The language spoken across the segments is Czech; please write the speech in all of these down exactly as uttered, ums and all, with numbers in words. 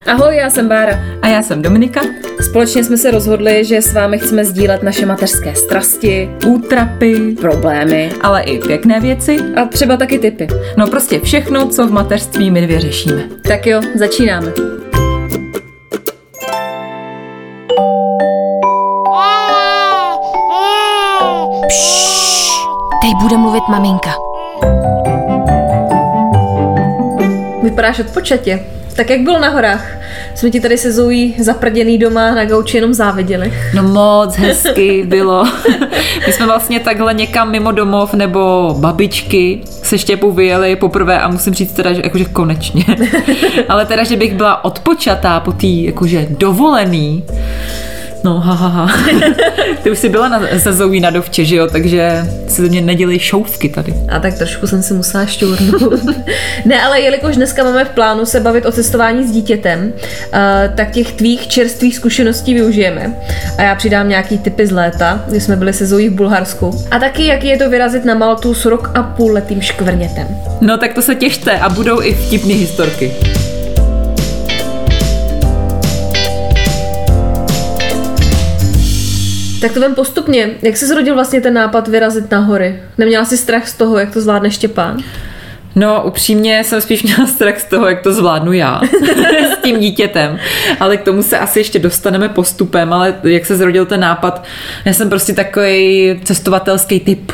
Ahoj, já jsem Bára. A já jsem Dominika. Společně jsme se rozhodli, že s vámi chceme sdílet naše mateřské strasti, útrapy, problémy, ale i pěkné věci. A třeba taky tipy. No prostě všechno, co v mateřství my dvě řešíme. Tak jo, začínáme. Pšš, teď bude mluvit maminka. Vypadáš odpočatě. Tak jak bylo na horách? Jsme ti tady se Zoe zaprděný doma na gauči jenom záviděli. No moc hezky bylo. My jsme vlastně takhle někam mimo domov nebo babičky se Štěpou vyjeli poprvé a musím říct teda, že jakože konečně. Ale teda, že bych byla odpočatá po té jakože dovolený. No, ha, ha, ha. Ty už jsi byla na, za Zoe na dovče, že jo? Takže si ze mě nedělej šoufky tady. A tak trošku jsem si musela šťůrnout. Ne, ale jelikož dneska máme v plánu se bavit o cestování s dítětem, uh, tak těch tvých čerstvých zkušeností využijeme. A já přidám nějaký tipy z léta, kdy jsme byli se Zoe v Bulharsku. A taky, jaký je to vyrazit na Maltu s rok a půl letým škvrnětem. No tak to se těšte a budou i vtipný historky. Tak to vem postupně. Jak jsi zrodil vlastně ten nápad vyrazit na hory? Neměla jsi strach z toho, jak to zvládne Štěpán? No, upřímně jsem spíš měla strach z toho, jak to zvládnu já s tím dítětem, ale k tomu se asi ještě dostaneme postupem, ale jak se zrodil ten nápad, já jsem prostě takový cestovatelský typ.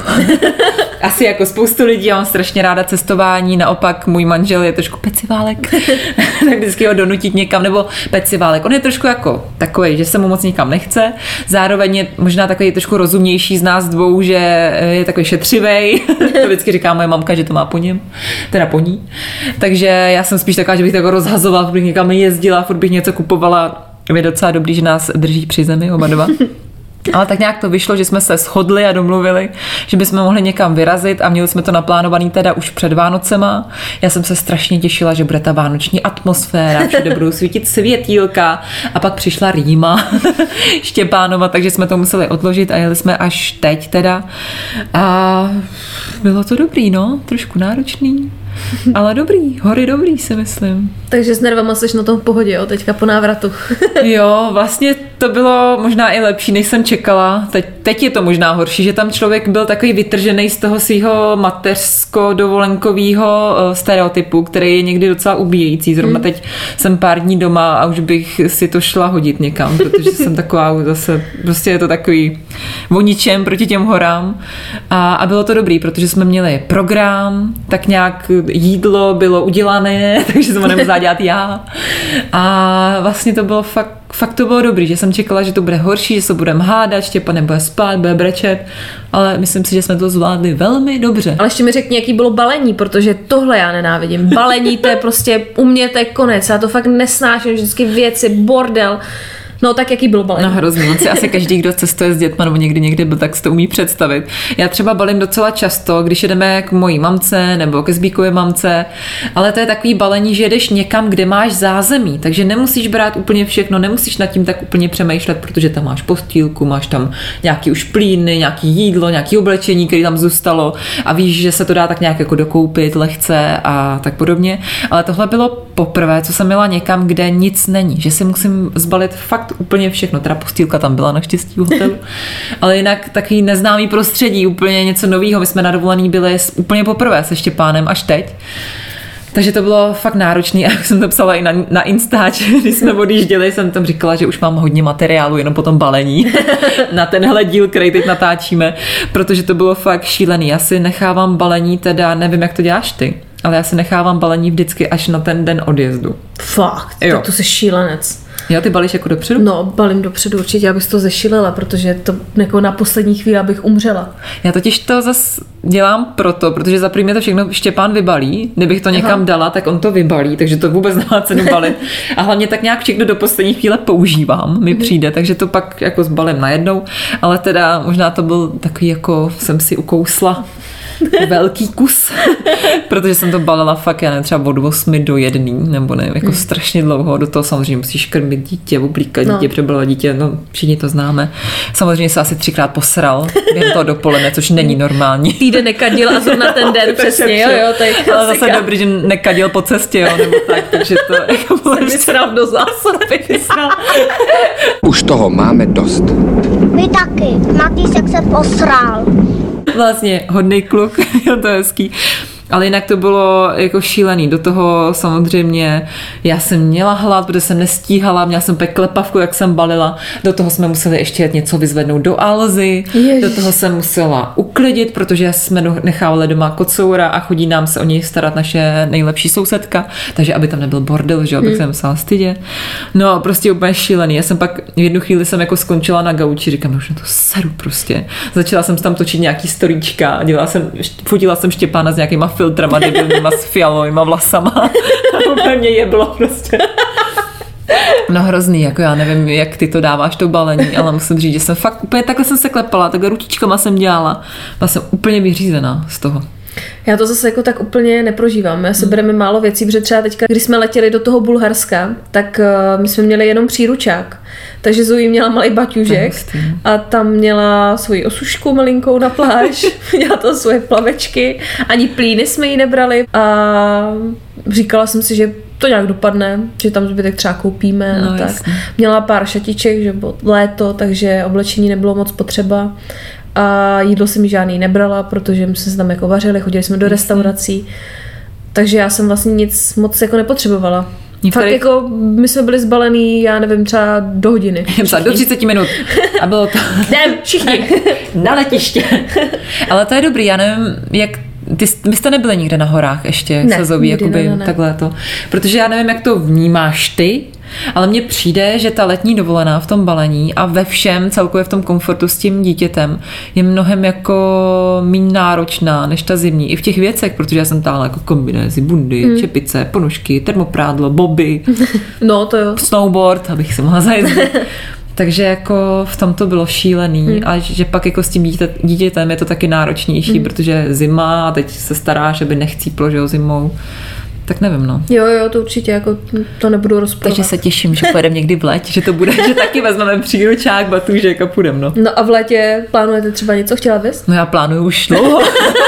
Asi jako spoustu lidí, já mám strašně ráda cestování, naopak můj manžel je trošku peciválek, tak vždycky ho donutit někam, nebo peciválek. On je trošku jako takový, že se mu moc nikam nechce, zároveň je možná takový trošku rozumnější z nás dvou, že je takový šetřivej, to vždycky říká moje mamka, že to má po něm, teda po ní. Takže já jsem spíš taková, že bych tak rozhazovala, furt bych někam jezdila, furt bych něco kupovala. Je docela dobrý, že nás drží při zemi oba dva. Ale tak nějak to vyšlo, že jsme se shodli a domluvili, že bychom mohli někam vyrazit a měli jsme to naplánovaný teda už před Vánocema. Já jsem se strašně těšila, že bude ta vánoční atmosféra, všude budou svítit světýlka a pak přišla rýma Štěpánova, takže jsme to museli odložit a jeli jsme až teď teda. A bylo to dobrý, no, trošku náročný. Ale dobrý, hory dobrý, si myslím. Takže s nervama seš na tom v pohodě, jo, teďka po návratu. Jo, vlastně to bylo možná i lepší, než jsem čekala. Teď, teď je to možná horší, že tam člověk byl takový vytržený z toho svého mateřsko-dovolenkového stereotypu, který je někdy docela ubíjející. Zrovna hmm. teď jsem pár dní doma a už bych si to šla hodit někam, protože jsem taková zase, prostě je to takový o ničem proti těm horám. A, a bylo to dobrý, protože jsme měli program, tak nějak jídlo bylo udělané, takže jsem ho nemusela dělat já. A vlastně to bylo fakt, fakt to bylo dobrý, že jsem čekala, že to bude horší, že se budeme hádat, Štěpán nebude spát, bude brečet, ale myslím si, že jsme to zvládli velmi dobře. Ale ještě mi řekni, jaký bylo balení, protože tohle já nenávidím. Balení, to je prostě u mě to je konec, já to fakt nesnáším, vždycky věci, bordel. No tak jaký byl balení? No hrozný, on si asi každý, kdo cestuje s dětma nebo někdy někde byl, tak si to umí představit. Já třeba balím docela často, když jedeme k mojí mamce nebo ke Zbíkově mamce, ale to je takový balení, že jedeš někam, kde máš zázemí, takže nemusíš brát úplně všechno, nemusíš nad tím tak úplně přemýšlet, protože tam máš postýlku, máš tam nějaký už plíny, nějaký jídlo, nějaký oblečení, které tam zůstalo a víš, že se to dá tak nějak jako dokoupit lehce a tak podobně. Ale tohle bylo poprvé, co jsem měla někam, kde nic není, že si musím zbalit fakt úplně všechno, teda postýlka tam byla naštěstí v hotelu, ale jinak takový neznámý prostředí, úplně něco novýho. My jsme na dovolený byli úplně poprvé se Štěpánem až teď. Takže to bylo fakt náročný a jak jsem to psala i na, na Instač, když jsme odjížděli, jsem tam říkala, že už mám hodně materiálu jenom po tom balení na tenhle díl, který teď natáčíme, protože to bylo fakt šílený. Já si nechávám balení, teda nevím, jak to děláš ty, ale já si nechávám balení vždycky až na ten den odjezdu. Fakt, jo. Tak to jsi šílenec. Jo, ty balíš jako dopředu? No, balím dopředu určitě, abych to zešílela, protože to jako na poslední chvíli, abych umřela. Já totiž to zas dělám proto, protože za první to všechno Štěpán vybalí, kdybych to někam Aha. dala, tak on to vybalí, takže to vůbec nemá cenu balit. A hlavně tak nějak všechno do poslední chvíle používám, mi přijde, takže to pak jako zbalím najednou, ale teda možná to byl takový jako jsem si ukousla velký kus, protože jsem to balila fakt, já nevím, třeba od osmi do jedný, nebo ne, jako hmm. strašně dlouho, do toho samozřejmě musíš krmit dítě, oblíkat dítě, no. přebalovat dítě, no všichni to známe. Samozřejmě se asi třikrát posral během toho dopoledne, což není normální. Týden nekadil a zrovna ten den přesně, jo, jo, tak ale zase dobrý, že nekadil po cestě, jo, nebo tak, takže to jako bylo vysral do zásoby. Už toho máme dost. Vy taky. Matýsek se posral. Vlastně hodnej kluk, jo, to je hezký. Ale jinak to bylo jako šílený. Do toho samozřejmě já jsem měla hlad, protože jsem nestíhala, měla jsem pek klepavku, jak jsem balila. Do toho jsme museli ještě něco vyzvednout do Alzy. Ježiš. Do toho jsem musela uklidit, protože jsme nechávali doma kocoura a chodí nám se o něj starat naše nejlepší sousedka, takže aby tam nebyl bordel, že abych hmm. se musela stydět. No prostě úplně šílený. Já jsem pak v jednu chvíli jsem jako skončila na gauči, říkám, už na to seru prostě. Začala jsem tam točit nějaký storíčka, dělala jsem, fotila jsem Štěpána s nějakýma filtrama debilníma s fialovýma vlasama. A úplně mě jeblo prostě. No hrozný, jako já nevím, jak ty to dáváš to balení, ale musím říct, že jsem fakt úplně takhle jsem se klepala, takhle ručičkama jsem dělala. Byla jsem úplně vyřízená z toho. Já to zase jako tak úplně neprožívám. Já si hmm. bereme málo věcí, protože třeba teďka, když jsme letěli do toho Bulharska, tak uh, my jsme měli jenom příručák. Takže Zoe měla malý baťužek a tam měla svoji osušku malinkou na pláž, měla tam svoje plavečky, ani plíny jsme jí nebrali a říkala jsem si, že to nějak dopadne, že tam zbytek třeba koupíme no, a tak. Jasně. Měla pár šatiček, že bylo léto, takže oblečení nebylo moc potřeba. A jídlo jsem mi žádný nebrala, protože my jsme se tam jako vařili, chodili jsme do restaurací, takže já jsem vlastně nic moc jako nepotřebovala. Některých... Fakt jako my jsme byli zbalený, já nevím, třeba do hodiny. Třeba do třicet minut. A bylo to... Jdem, všichni. Na letiště. Ale to je dobrý, já nevím, jak... Ty, vy jste nebyli nikde na horách ještě ne, se Zoe, jakoby ne, ne, ne. takhle to. Protože já nevím, jak to vnímáš ty, ale mně přijde, že ta letní dovolená v tom balení a ve všem celkově v tom komfortu s tím dítětem je mnohem jako méně náročná než ta zimní. I v těch věcech, protože já jsem táhla jako kombinézy, bundy, mm. čepice, ponožky, termoprádlo, boby, no, to jo. snowboard, abych se mohla zajezdit. Takže jako v tom to bylo šílený mm. a že pak jako s tím dítě, dítětem je to taky náročnější, mm. protože zima a teď se staráš, aby nechcíplo, že jo, zimou. Tak nevím, no. Jo, jo, to určitě, jako to nebudu rozporovat. Takže se těším, že pojedeme někdy v létě, že to bude, že taky vezmeme příručák, batůžek a půjdem, no. No a v létě plánujete třeba něco, chtěla bys? No já plánuju už dlouho.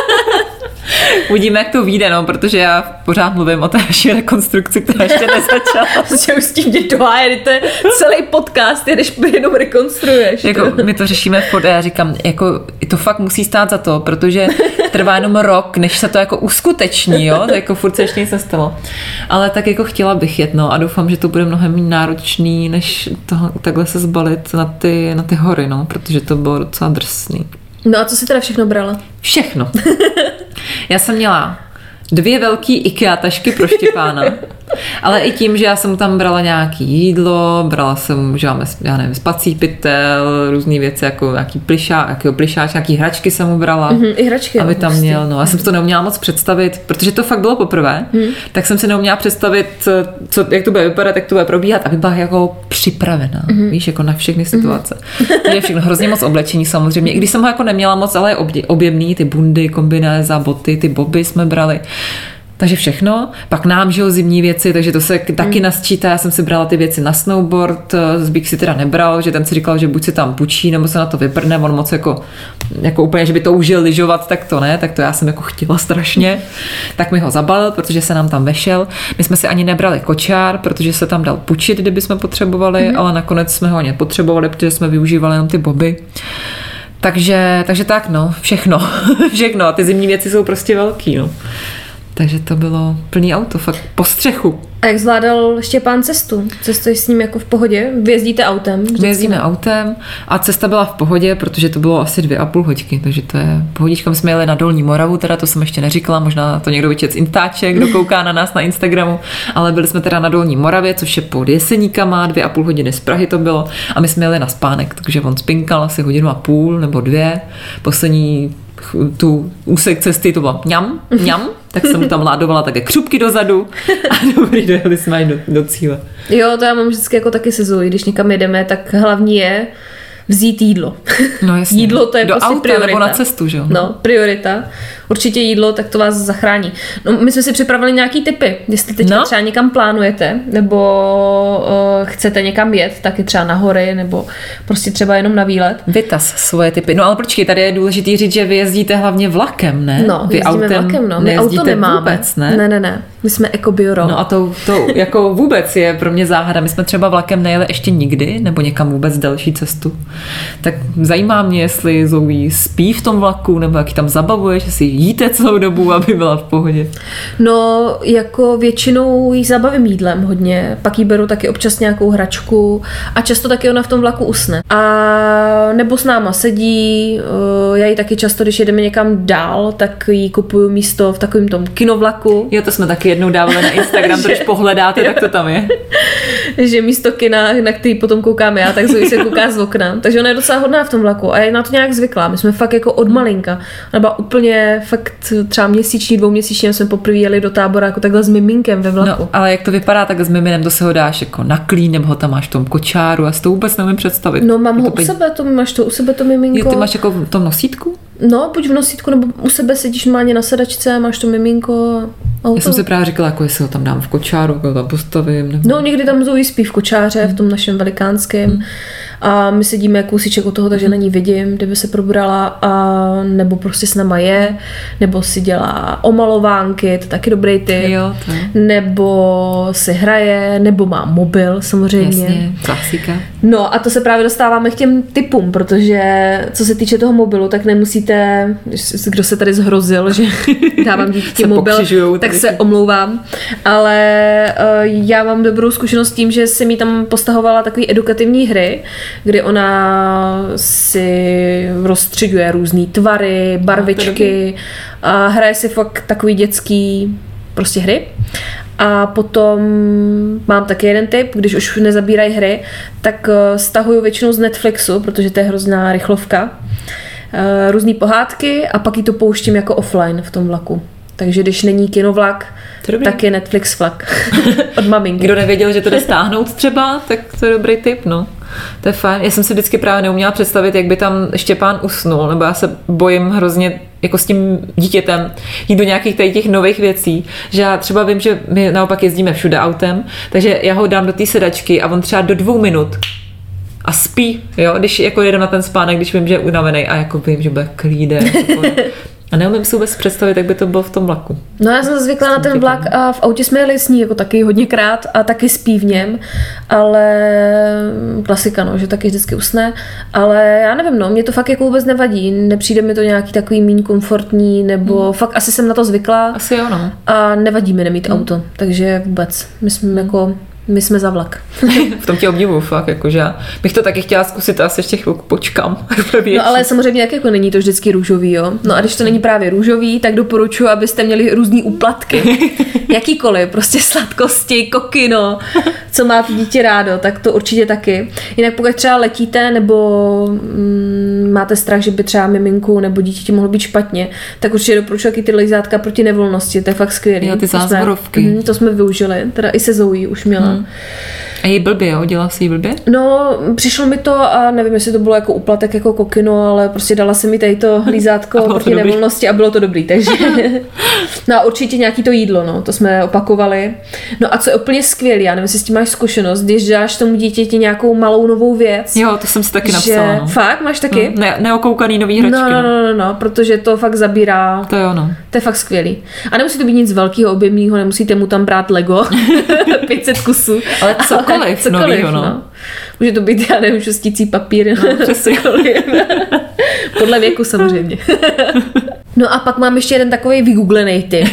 Uvidíme, jak to vyjde, no, protože já pořád mluvím o té naší rekonstrukci, která ještě nezačala. Že už s tím jde do háje, to je celý podcast, jedeš jenom rekonstruuješ. Jako, my to řešíme v a já říkám, jako, to fakt musí stát za to, protože trvá jenom rok, než se to jako uskuteční, jo, to jako furt se ještě nic nestalo. Ale tak jako chtěla bych jet, no, a doufám, že to bude mnohem méně náročný, než to, takhle se zbalit na ty, na ty hory, no, protože to bylo docela drsný. No a co jsi teda všechno brala? Všechno. Já jsem měla dvě velký IKEA tašky pro Štěpána, ale i tím, že já jsem tam brala nějaký jídlo, brala jsem, že máme, já nevím, spací pytel, různý věci, jako nějaký plišák, jakýho plišáč, nějaký hračky jsem mu brala. Mm-hmm, i hračky. Aby tam měl, no. Já jsem to neuměla moc představit, protože to fakt bylo poprvé, mm. tak jsem si neuměla představit, co, jak to bude vypadat, jak to bude probíhat, aby byla jako připravená, mm-hmm. víš, jako na všechny situace. Mm-hmm. Je všechno hrozně moc oblečení samozřejmě, i když jsem ho jako neměla moc, ale je objemný, ty bundy, kombinéza, boty, ty boby jsme brali. Takže všechno. Pak nám, že jo, zimní věci, takže to se taky mm. nasčítá. Já jsem si brala ty věci na snowboard, Zbík si teda nebral, že ten si říkal, že buď si tam půjčí, nebo se na to vyprne, on moc jako, jako úplně, že by to užil lyžovat, tak to ne, tak to já jsem jako chtěla strašně. Tak mi ho zabalil, protože se nám tam vešel. My jsme si ani nebrali kočár, protože se tam dal půjčit, kdyby jsme potřebovali, mm. ale nakonec jsme ho nepotřebovali, protože jsme využívali jenom ty boby. Takže, takže tak, no, všechno. všechno. A ty zimní věci jsou prostě velký, no. Takže to bylo plný auto, fakt po střechu. A jak zvládal Štěpán cestu? Cestuješ s ním jako v pohodě? Vy jezdíte autem? My jezdíme autem a cesta byla v pohodě, protože to bylo asi dvě a půl hodiny, takže to je pohodička. My jsme jeli na Dolní Moravu, teda to jsem ještě neříkala, možná to někdo vyčet z Instače, kdo kouká na nás na Instagramu, ale byli jsme teda na Dolní Moravě, což je pod Jeseníkama, dvě a půl hodiny z Prahy to bylo a my jsme jeli na spánek, takže on spinkal asi hodinu a půl nebo dvě, poslední tu úsek cesty to bylo mňam, mňam, tak jsem mu tam ládovala také křupky dozadu a dobrý, dojeli jsme do, do cíle. Jo, to já mám vždycky jako taky se Zoe, když někam jedeme, tak hlavní je vzít jídlo. No jasně. Jídlo to je do prostě auta, priorita. nebo na cestu, že jo? No, priorita. Určitě jídlo, tak to vás zachrání. No, my jsme si připravili nějaký tipy. Jestli teď No. třeba někam plánujete, nebo uh, chcete někam jet, taky třeba na hory, nebo prostě třeba jenom na výlet. Vytaz svoje typy. No ale počkej, tady je důležitý říct, že vy jezdíte hlavně vlakem, ne? No, vy jezdíme vlakem, no. My auto nemáme. Vůbec, ne? Ne, ne, ne. My jsme ekobioro. No a to, to jako vůbec je pro mě záhada. My jsme třeba vlakem nejeli ještě nikdy, nebo někam vůbec delší cestu. Tak zajímá mě, jestli Zoe spí v tom vlaku, nebo jak ji tam zabavuje, že si jíte celou dobu, aby byla v pohodě. No, jako většinou jí zabavím jídlem hodně, pak jí beru taky občas nějakou hračku a často taky ona v tom vlaku usne. A nebo s náma sedí, já jí taky často, když jedeme někam dál, tak jí kupuju místo v takovém tom kinovlaku. Jo, to jsme taky jednou dávali na Instagram, to když pohledáte, tak to tam je. Že místo kina, na který potom koukám já, tak Zoe se kouká z okna. Takže ona je docela hodná v tom vlaku a je na to nějak zvyklá. My jsme fakt jako od malinka. Ona byla úplně fakt třeba měsíční, dvouměsíčně jsme poprvé jeli do Tábora jako takhle s miminkem ve vlaku. No, ale jak to vypadá tak s miminem, to se ho dáš jako na klín, nebo ho tam máš v tom kočáru a si to vůbec nevím představit. No mám Je ho to u pej- sebe, to máš to u sebe to miminko. Jo, ty máš jako v tom nosítku? No, buď v nosítku, nebo u sebe sedíš normálně na sedačce, máš to miminko a Já jsem si právě říkala, jako jestli ho tam dám v kočáru, jako ho tam postavím. Nebo... No, někdy tam Zoe spí v kočáře, v tom našem velikánském. Hmm. A my sedíme kousíček od toho, takže na ní vidím, kdyby se probrala, a nebo prostě s náma je, nebo si dělá omalovánky, to je taky dobrý tip. Jo, to je. Nebo si hraje, nebo má mobil, samozřejmě. Jasně, klasika. No a to se právě dostáváme k těm tipům, protože co se týče toho mobilu, tak nemusíte, kdo se tady zhrozil, že dávám dítěti Se mobil, pokřižujou tak tady. se omlouvám, ale uh, já mám dobrou zkušenost tím, že jsem jí tam postahovala takový edukativní hry, kdy ona si rozstřiďuje různý tvary, barvičky a hraje si fakt takový dětský prostě hry. A potom mám taky jeden tip, když už nezabírají hry, tak stahuju většinou z Netflixu, protože to je hrozná rychlovka. Různý pohádky a pak ji to pouštím jako offline v tom vlaku. Takže když není kinovlak, tak je Netflix vlak od maminky. Kdo nevěděl, že to jde stáhnout třeba, tak to je dobrý tip, no. To je fajn. Já jsem si vždycky právě neuměla představit, jak by tam Štěpán usnul, nebo já se bojím hrozně jako s tím dítětem jít do nějakých tady těch nových věcí, že já třeba vím, že my naopak jezdíme všude autem, takže já ho dám do té sedačky a on třeba do dvou minut a spí, jo, když jako jedem na ten spánek, když vím, že je unavený a jako vím, že bude klíde. A neumím si vůbec představit, jak by to bylo v tom vlaku. No já jsem zvykla na ten vlak a v autě jsme jeli s ní jako taky hodněkrát a taky spí v něm, ale klasika, no, že taky vždycky usne, ale já nevím, no, mě to fakt jako vůbec nevadí, nepřijde mi to nějaký takový míň komfortní, nebo hmm. fakt asi jsem na to zvykla. Asi jo, no. A nevadí mi nemít hmm. auto, takže vůbec, my jsme jako... My jsme za vlak. V tom tě obdivuju fakt, jakože já bych to taky chtěla zkusit, asi ještě chvilku počkám. No ale samozřejmě jak jako není to vždycky růžový, jo. No a když to není právě růžový, tak doporučuji, abyste měli různý úplatky. Jakýkoliv, prostě sladkosti, kokino, co má to dítě rádo, tak to určitě taky. Jinak pokud třeba letíte nebo mm, máte strach, že by třeba miminku nebo dítěti mohlo být špatně, tak určitě doporučuji taky ty lejzátka proti nevolnosti, to je fakt skvělý. Jo, ty to zázvorovky. Jsme, mm, to jsme využili, teda i se Zoe už měla. Hmm. A její blbě, jo? Dělala si jí blbě? No, přišlo mi to a nevím, jestli to bylo jako úplatek jako kokino, ale prostě dala se mi tady to lízátko proti nevolnosti a bylo to dobrý, takže no a určitě nějaký to jídlo, no, to jsme opakovali. No a co je úplně skvělý, já nevím, jestli s tím máš zkušenost, když dáš tomu dítěti nějakou malou novou věc. Jo, to jsem si taky napsala, že... no. Fakt, máš taky? No, ne, neokoukaný nový hračky. No, no, no, no, no, protože to fakt zabírá. To jo, no. To je fakt skvělý. A nemusí to být nic velkého, objemného, nemusíte mu tam brát Lego, pět set kusů. Ale cokoliv, cokoliv novýho, no. no. Může to být, já nevím, šustící papír. No, přesně. Podle věku samozřejmě. No a pak mám ještě jeden takový vygooglený tip.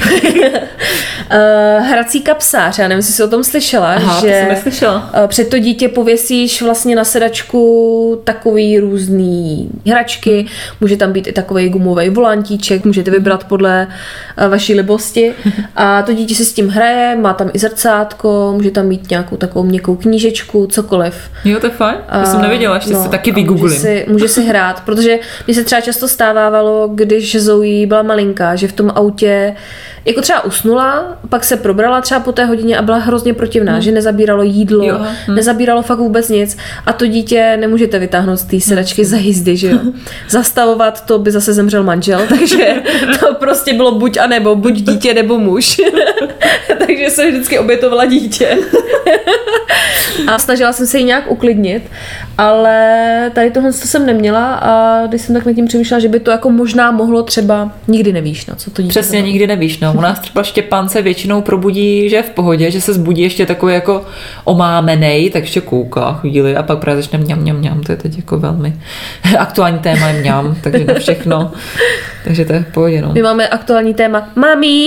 uh, hrací kapsář, já nevím, jestli jsi o tom slyšela. Aha, že to jsem neslyšela. Uh, před to dítě pověsíš vlastně na sedačku takový různý hračky, může tam být i takový gumový volantíček, můžete vybrat podle uh, vaší libosti a to dítě si s tím hraje, má tam i zrcátko, může tam mít nějakou takovou měkkou knížečku, cokoliv. Jo, to je fajn, to jsem nevěděla, ještě no, si taky vygooglím. Může si, může si hrát, protože mi se třeba často stávávalo, když Zoe byla malinká, že v tom autě jako třeba usnula, pak se probrala třeba po té hodině a byla hrozně protivná, hmm. že nezabíralo jídlo, jo. Hmm. nezabíralo fakt vůbec nic a to dítě nemůžete vytáhnout z té sedačky hmm. za jízdy, že jo. Zastavovat to by zase zemřel manžel, takže to prostě bylo buď a nebo, buď dítě nebo muž. Takže jsem vždycky obětovala dítě. A snažila jsem se ji nějak uklidnit, ale tady tohle jsem neměla a když jsem tak nad tím přemýšlela, že by to jako možná mohlo třeba, nikdy nevíš, no, co to dítě. Přesně, to nikdy nevíš, no. U nás třeba Štěpán se většinou probudí, že je v pohodě, že se zbudí ještě takový jako omámenej, tak ještě kouká chvíli a pak právě začne mňam, mňam, mňam, to je teď jako velmi aktuální téma je mňam, takže na všechno, takže to je v pohodě, no. My máme aktuální téma Mami!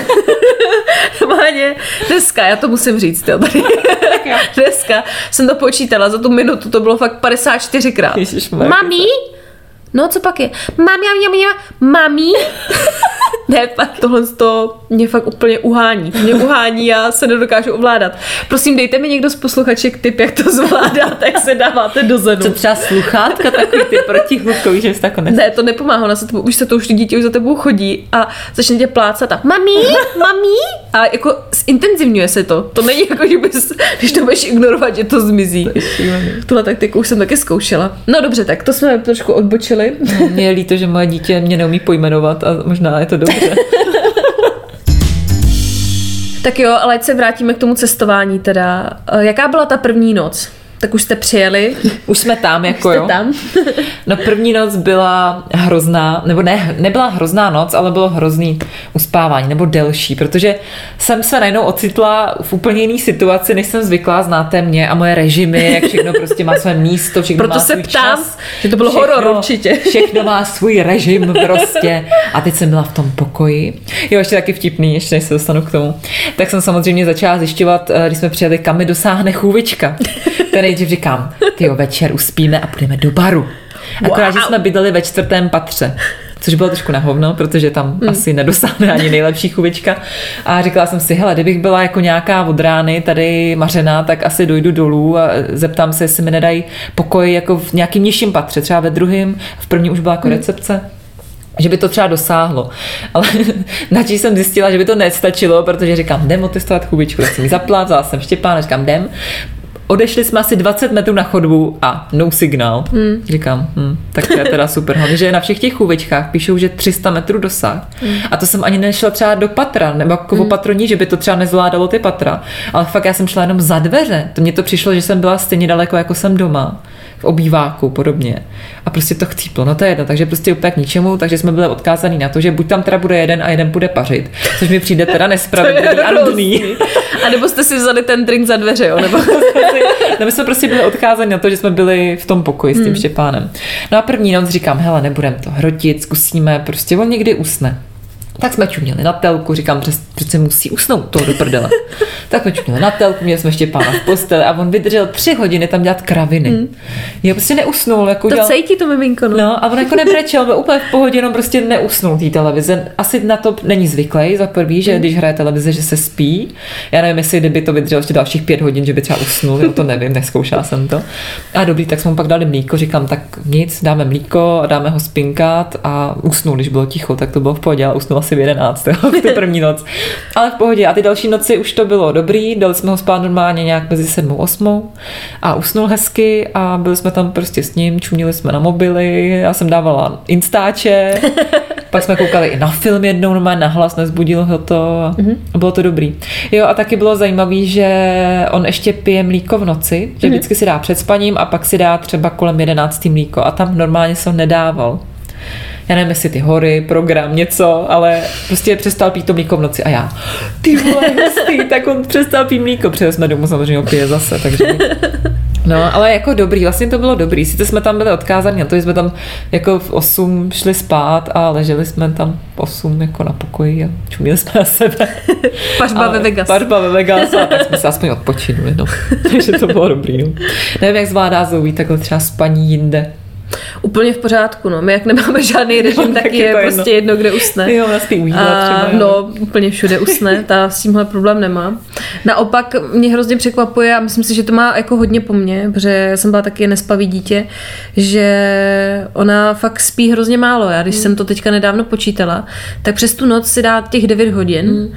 Máně, dneska, já to musím říct, jo, tady. Dneska jsem to počítala, za tu minutu to bylo fakt padesát čtyřikrát. Mami? No, co pak je? Mami, mami, mami, mami? Ne, fakt tohle to mě fakt úplně uhání. Mě uhání, já se nedokážu ovládat. Prosím, dejte mi někdo z posluchaček tip, jak to zvládáte, jak se dáváte dozadu. Co třeba sluchátka, takový ty protihlukový, že jsi tako nes... Ne, to nepomáhá, ona se to, už se to už ty dítě už za tebou chodí a začne tě plácat a mami, mami a jako zintenzivňuje se to. To není jako, že bys, když to budeš ignorovat, že to zmizí. Tohle taktiku už jsem taky zkoušela. No dobře, tak to jsme trošku odbočili. No, mě je líto, že moje dítě mě neumí pojmenovat a možná je to dobře. Tak jo, ale ať se vrátíme k tomu cestování teda. Jaká byla ta první noc? Tak už jste přijeli. Už jsme tam, jako už jste jo. tam. No první noc byla hrozná, nebo ne, nebyla hrozná noc, ale bylo hrozný uspávání, nebo delší, protože jsem se najednou ocitla v úplně jiný situaci, než jsem zvyklá, znáte mě a moje režimy, jak všechno prostě má své místo, všechno Proto má se svůj ptám, čas. že to bylo všechno, horor určitě. Všechno má svůj režim prostě. A teď jsem byla v tom pokoji. Jo, ještě taky vtipný, ještě než se dostanu k tomu. Tak jsem samozřejmě začala zjišťovat, když jsme přijeli, kam mi dosáhne chůvička. Nejdřív říkám, tyjo, večer uspíme a půjdeme do baru. Akorát, wow. že jsme bydleli ve čtvrtém patře, což bylo trošku na hovno, protože tam mm. asi nedosáhne ani nejlepší chůvička. A říkala jsem si, hele, kdybych byla jako nějaká od rány tady mařená, tak asi dojdu dolů a zeptám se, jestli mi nedají pokoj jako v nějakým nižším patře, třeba ve druhém, v první už byla jako recepce. Mm. Že by to třeba dosáhlo. Ale načí jsem zjistila, že by to nestačilo, protože říkám, jdem otestovat chůvičku, tak jsem ji zapla, vzala jsem Štěpána, říkám, jdem. Odešli jsme asi dvacet metrů na chodbu a no signál. Hmm. Říkám, hm, tak to je teda super. Hlavně, že na všech těch chůvičkách píšou, že tři sta metrů dosah. Hmm. A to jsem ani nešla třeba do patra, nebo jako hmm. opatrní, že by to třeba nezvládalo ty patra. Ale fakt já jsem šla jenom za dveře. To mně to přišlo, že jsem byla stejně daleko, jako jsem doma. V obýváku podobně. A prostě to chcíplo. No to je jedno, takže prostě úplně k ničemu, takže jsme byli odkázaní na to, že buď tam teda bude jeden a jeden bude pařit, což mi přijde teda nespravedlivý a nudný. A nebo jste si vzali ten drink za dveře, jo? Nebo... no my jsme prostě byli odkázaní na to, že jsme byli v tom pokoji s tím hmm. Štěpánem. No a první noc říkám, hele, nebudem to hrotit, zkusíme, prostě on někdy usne. Tak jsme čuměli na telku, říkám, přece musí usnout to do prdele. Tak jsme čuměli na telku, měli jsme Štěpána v posteli a on vydržel tři hodiny tam dělat kraviny. Mm. Jo, prostě neusnul. Jako to dělal... cítí to miminko, no. No a on jako nebrečel, byl úplně v pohodě, jenom prostě neusnul té televize. Asi na to není zvyklý za prvý, že mm. když hraje televize, že se spí. Já nevím, jestli kdyby to vydržel ještě dalších pět hodin, že by třeba usnul, jo, to nevím, neskoušela jsem to. A dobrý, tak jsme mu pak dali mlíko, říkám, tak nic, dáme mlíko a dáme ho spinkat a usnul, když bylo ticho, tak to bylo v pohodě, ale usnul asi v jedenáct, jo, v tu první noc. Ale v pohodě. A ty další noci už to bylo dobrý, dali jsme ho spát normálně nějak mezi sedmou, osmou a usnul hezky a byli jsme tam prostě s ním, čuměli jsme na mobily, já jsem dávala instáče, pak jsme koukali i na film jednou, normálně nahlas, nezbudilo ho to a mm-hmm. bylo to dobrý. Jo a taky bylo zajímavé, že on ještě pije mlíko v noci, že mm-hmm. vždycky si dá před spaním a pak si dá třeba kolem jedenáctý mlíko a tam normálně se ho nedával. Já nevím, jestli ty hory, program, něco, ale prostě přestal pít to mlíko v noci a já, ty vole, hustý, tak on přestal pít mlíko, protože jsme domů samozřejmě pije zase, takže... No, ale jako dobrý, vlastně to bylo dobrý, sice jsme tam byli odkázaní na to, že jsme tam jako v osm šli spát a leželi jsme tam v osm jako na pokoji a čumili jsme na sebe. Pařba ve Vegas. Pařba ve Vegas a tak jsme se aspoň odpočinuli, no. Takže to bylo dobrý, no. Nevím, jak zvládá Zoe takhle třeba spaní jinde. Úplně v pořádku, no. My jak nemáme žádný režim, tak je, je prostě jedno, kde usne. Jo, ona spí u jídla třeba. No, úplně všude usne, ta s tímhle problém nemá. Naopak mě hrozně překvapuje a myslím si, že to má jako hodně po mně, protože jsem byla taky nespavý dítě, že ona fakt spí hrozně málo. Já když hmm. jsem to teďka nedávno počítala, tak přes tu noc si dá těch devět hodin. Hmm.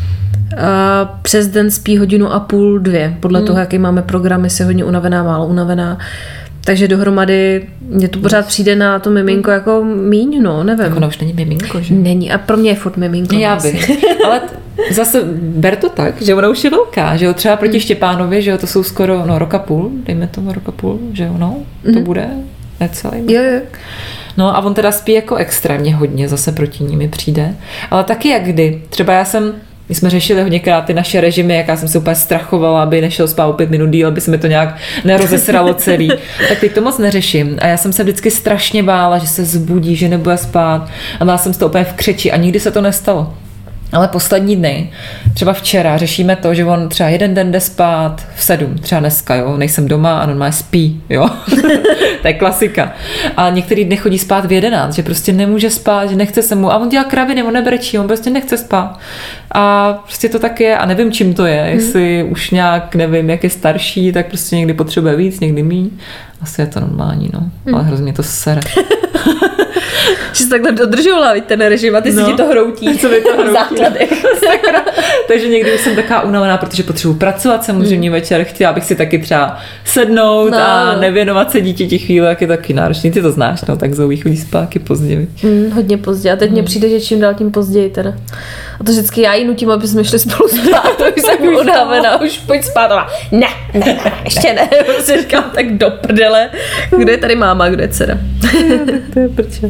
A přes den spí hodinu a půl, dvě. Podle hmm. toho, jaký máme program, jestli hodně unavená, málo unavená. Takže dohromady mě to pořád přijde na to miminko jako míň, no, nevím. Tak ona už není miminko, že? Není a pro mě je furt miminko. Já bych. Ale zase ber to tak, že ona už je velká, že jo, třeba proti Štěpánovi, že jo, to jsou skoro, no, rok a půl, dejme tomu rok a půl, že jo, no, to mm. bude necelý. Jo, jo. No a on teda spí jako extrémně hodně, zase proti ní mi přijde. Ale taky jak kdy. Třeba já jsem, my jsme řešili hodněkrát ty naše režimy, jak já jsem se úplně strachovala, aby nešel spát o pět minut díl, aby se mi to nějak nerozesralo celý. Tak teď to moc neřeším. A já jsem se vždycky strašně bála, že se zbudí, že nebude spát. A byla jsem z toho úplně v křeči a nikdy se to nestalo. Ale poslední dny, třeba včera, řešíme to, že on třeba jeden den jde spát v sedm, třeba dneska, jo, nejsem doma a normálně spí, jo. To je klasika. A některý dny chodí spát v jedenáct, že prostě nemůže spát, že nechce se mu, a on dělá kraviny, on nebrečí, on prostě nechce spát. A prostě to tak je a nevím, čím to je, jestli hmm. už nějak, nevím, jak je starší, tak prostě někdy potřebuje víc, někdy míň. Asi je to normální, no, hmm. ale hrozně to sere. Že jsi takhle dodržovala ten režim a ty no. si ti to hroutí. Co by to hroutí? V základech. Takže někdy už jsem taková unavená, protože potřebuji pracovat samozřejmě mm. večer. Chtěla bych si taky třeba sednout no. a nevěnovat se dítěti chvíli, jak je taky náročný. Ty to znáš, no, tak Zoe chodí spát později. Mm, hodně pozdě. A teď mm. mně přijde, že čím dál tím později teda. A to vždycky já ji nutím, aby jsme šli spolu spát. To už jsem unavená, už pojď spát. A ne, ne, ne, ještě ne. Prostě říkám, tak do prdele. Kde je tady máma, kde je dcera? To je prče.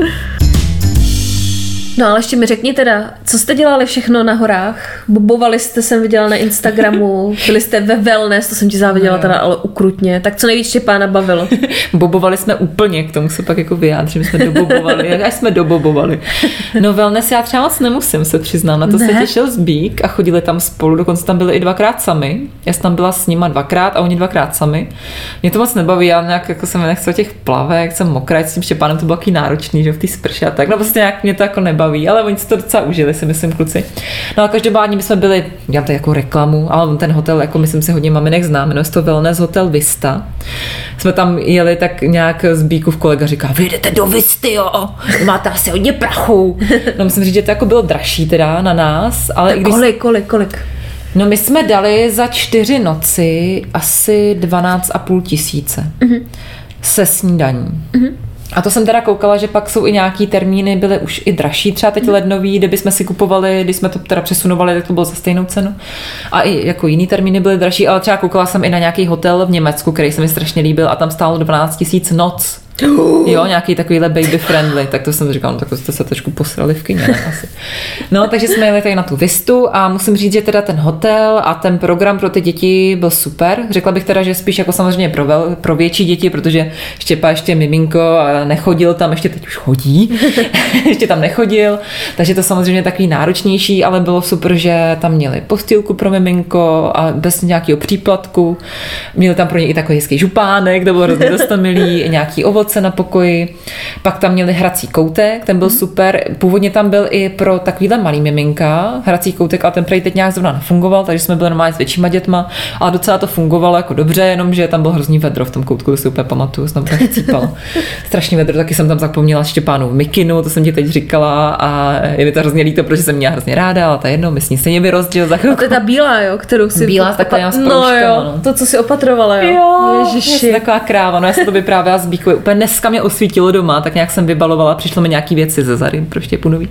No ale ještě mi řekni teda, co jste dělali všechno na horách? Bobovali jste, jsem viděla na Instagramu, byli jste ve wellness, to jsem ti záviděla teda, ale ukrutně. Tak co nejvíc Štěpána bavilo? Bobovali jsme úplně, k tomu se pak jako vyjádřím, jsme dobobovali, až jsme dobobovali. No wellness já třeba moc nemusím, se přiznám, na to ne. se těšil Zbík a chodili tam spolu, dokonce tam byli i dvakrát sami. Já jsem tam byla s nima dvakrát a oni dvakrát sami. Mě to moc nebaví, já nějak jako jsem nechcela těch plavek, jsem mokrá, s tím Štěpánem to bylo taky náročný, že v té sprše a tak, no prostě nějak mě to jako nebaví. Ale oni si to docela užili, si myslím, kluci. No a každopádně my jsme byli, dělám to jako reklamu, ale ten hotel, jako myslím si, hodně maminek zná, jmenuje se to Wellness Hotel Vista. Jsme tam jeli, tak nějak z Bíkův kolega říká, vy jdete do Visty, jo, máte asi hodně prachu. No musím říct, že to jako bylo dražší teda na nás, ale i když... Kolik, kolik, kolik? No my jsme dali za čtyři noci asi dvanáct a půl tisíce mm-hmm. se snídaní. Mm-hmm. A to jsem teda koukala, že pak jsou i nějaký termíny, byly už i dražší, třeba teď lednový, kde bychom si kupovali, když jsme to teda přesunovali, tak to bylo za stejnou cenu. A i jako jiný termíny byly dražší, ale třeba koukala jsem i na nějaký hotel v Německu, který se mi strašně líbil a tam stálo dvanáct tisíc noc. Jo, nějaký takovýhle baby friendly, tak to jsem říkala, no tak jste se trošku posrali v kyně, ne, asi. No, takže jsme jeli tady na tu Vistu a musím říct, že teda ten hotel a ten program pro ty děti byl super. Řekla bych teda, že spíš jako samozřejmě pro, vel, pro větší děti, protože Štěpa ještě miminko a nechodil tam, ještě teď už chodí, ještě tam nechodil, takže to samozřejmě takový náročnější, ale bylo super, že tam měli postýlku pro miminko a bez nějakého příplatku. Měli tam pro ně i takový hezký župánek, to bylo hrozně dostomilý, nějaký ovoce na pokoji. Pak tam měli hrací koutek, ten byl super. Původně tam byl i pro takovýhle malý miminka hrací koutek, ale ten prej teď nějak zrovna nefungoval, takže jsme byli normálně s většíma dětma, ale docela to fungovalo jako dobře, jenomže tam byl hrozný vedro v tom koutku, to si úplně pamatuju, jsem tam chcípala. Strašný vedro, taky jsem tam zapomněla Štěpánu v mikinu, to jsem ti teď říkala a je mi to hrozně líto, protože jsem měla hrozně ráda, ale ta jedno, my s ní stejně vyrozdil za chvilku. A to je ta bílá, jo, kterou si bílá s takovým opat... no, jo, no. To, co si opatrovala, jo. Jo, Ježiši. Taková kráva, no já jsem to vyprávěla z Bíkovi, úplně dneska mě osvítilo doma, tak nějak jsem vybalovala, přišlo mi nějaký věci ze Zary, pro Štěpu nový.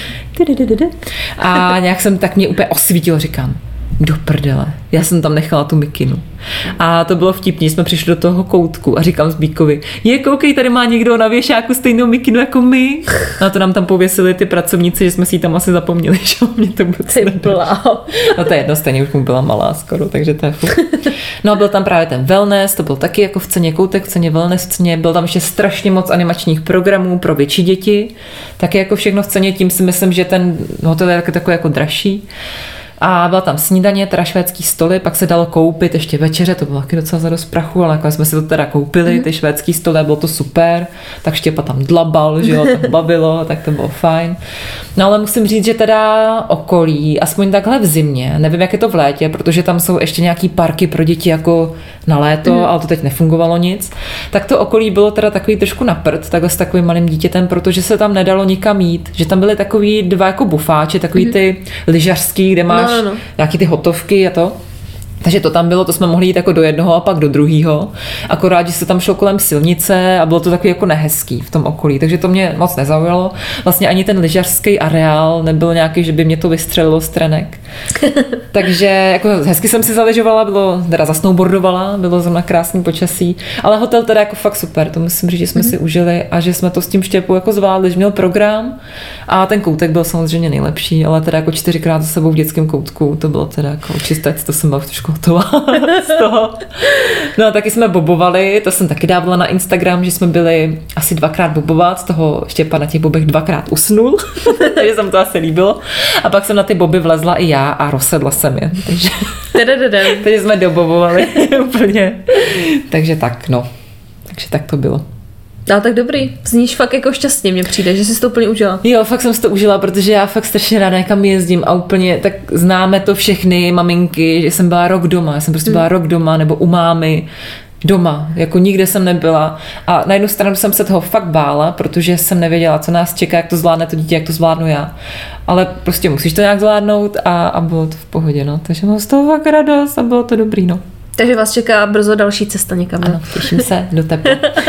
A nějak jsem tak mě úplně osvítilo, říkám, do prdele, já jsem tam nechala tu mikinu. A to bylo vtipný, jsme přišli do toho koutku a říkám Zbíkovi, je, koukej, tady má někdo na věšáku stejnou mikinu jako my. No to nám tam pověsili ty pracovníci, že jsme si ji tam asi zapomněli, že mě to vůbec nebylo. No to je jedno, stejně už mu byla malá skoro, takže to je fuk. No byl tam právě ten wellness, to byl taky jako v ceně koutek, v ceně wellness v ceně, byl tam ještě strašně moc animačních programů pro větší děti, taky jako všechno v ceně, tím si myslím, že ten hotel je takový jako dražší. A byla tam snídaně, teda švédský stoly, pak se dalo koupit ještě večeře, to bylo taky docela za dost prachu, ale jako jsme si to teda koupili, ty švédský stoly, bylo to super, tak Štěpa tam dlabal, že jo, tak bavilo, tak to bylo fajn. No ale musím říct, že teda okolí, aspoň takhle v zimě, nevím, jak je to v létě, protože tam jsou ještě nějaký parky pro děti jako na léto, mm. ale to teď nefungovalo nic, tak to okolí bylo teda takový trošku na prd, takhle s takovým malým dítětem, protože se tam nedalo nikam jít, že tam byly takový dva jako bufáče, takový mm. ty lyžařský, kde máš no, no. nějaký ty hotovky a to. Takže to tam bylo, to jsme mohli jít jako do jednoho a pak do druhého. Akorát, že se tam šlo kolem silnice a bylo to takový jako nehezký v tom okolí, takže to mě moc nezaujalo. Vlastně ani ten lyžařský areál nebyl nějaký, že by mě to vystřelilo z trenek. Takže jako hezky jsem si zaližovala, bylo, teda zasnowboardovala, bylo zrovna krásný počasí, ale hotel teda jako fakt super, to musím říct, že jsme mm-hmm. si užili a že jsme to s tím Štěpou jako zvládli, že měl program a ten koutek byl samozřejmě nejlepší, ale teda jako čtyřikrát za sebou v dětském koutku, to bylo teda jako čistec, to jsem byla trošku hotová z toho. No a taky jsme bobovali, to jsem taky dávala na Instagram, že jsme byli asi dvakrát bobovat, z toho Štěpa na těch bobech dvakrát usnul, takže se mu to asi líbilo. A pak jsem na ty boby vlezla i já a rozsedla jsem je. Takže, takže jsme dobobovali úplně. Takže tak, no. Takže tak to bylo. Ale tak dobrý, zníš fakt jako šťastně, mně přijde, že jsi to úplně užila. Jo, fakt jsem si to užila, protože já fakt strašně ráda někam jezdím a úplně tak známe to všechny maminky, že jsem byla rok doma, já jsem prostě byla hmm. rok doma nebo u mámy doma, jako nikde jsem nebyla a na jednu stranu jsem se toho fakt bála, protože jsem nevěděla, co nás čeká, jak to zvládne to dítě, jak to zvládnu já. Ale prostě musíš to nějak zvládnout a, a bylo to v pohodě, no. Takže mám z toho fakt radost a bylo to dobrý, no. Takže vás čeká brzo další cesta někam. Ano, těším se do tepla.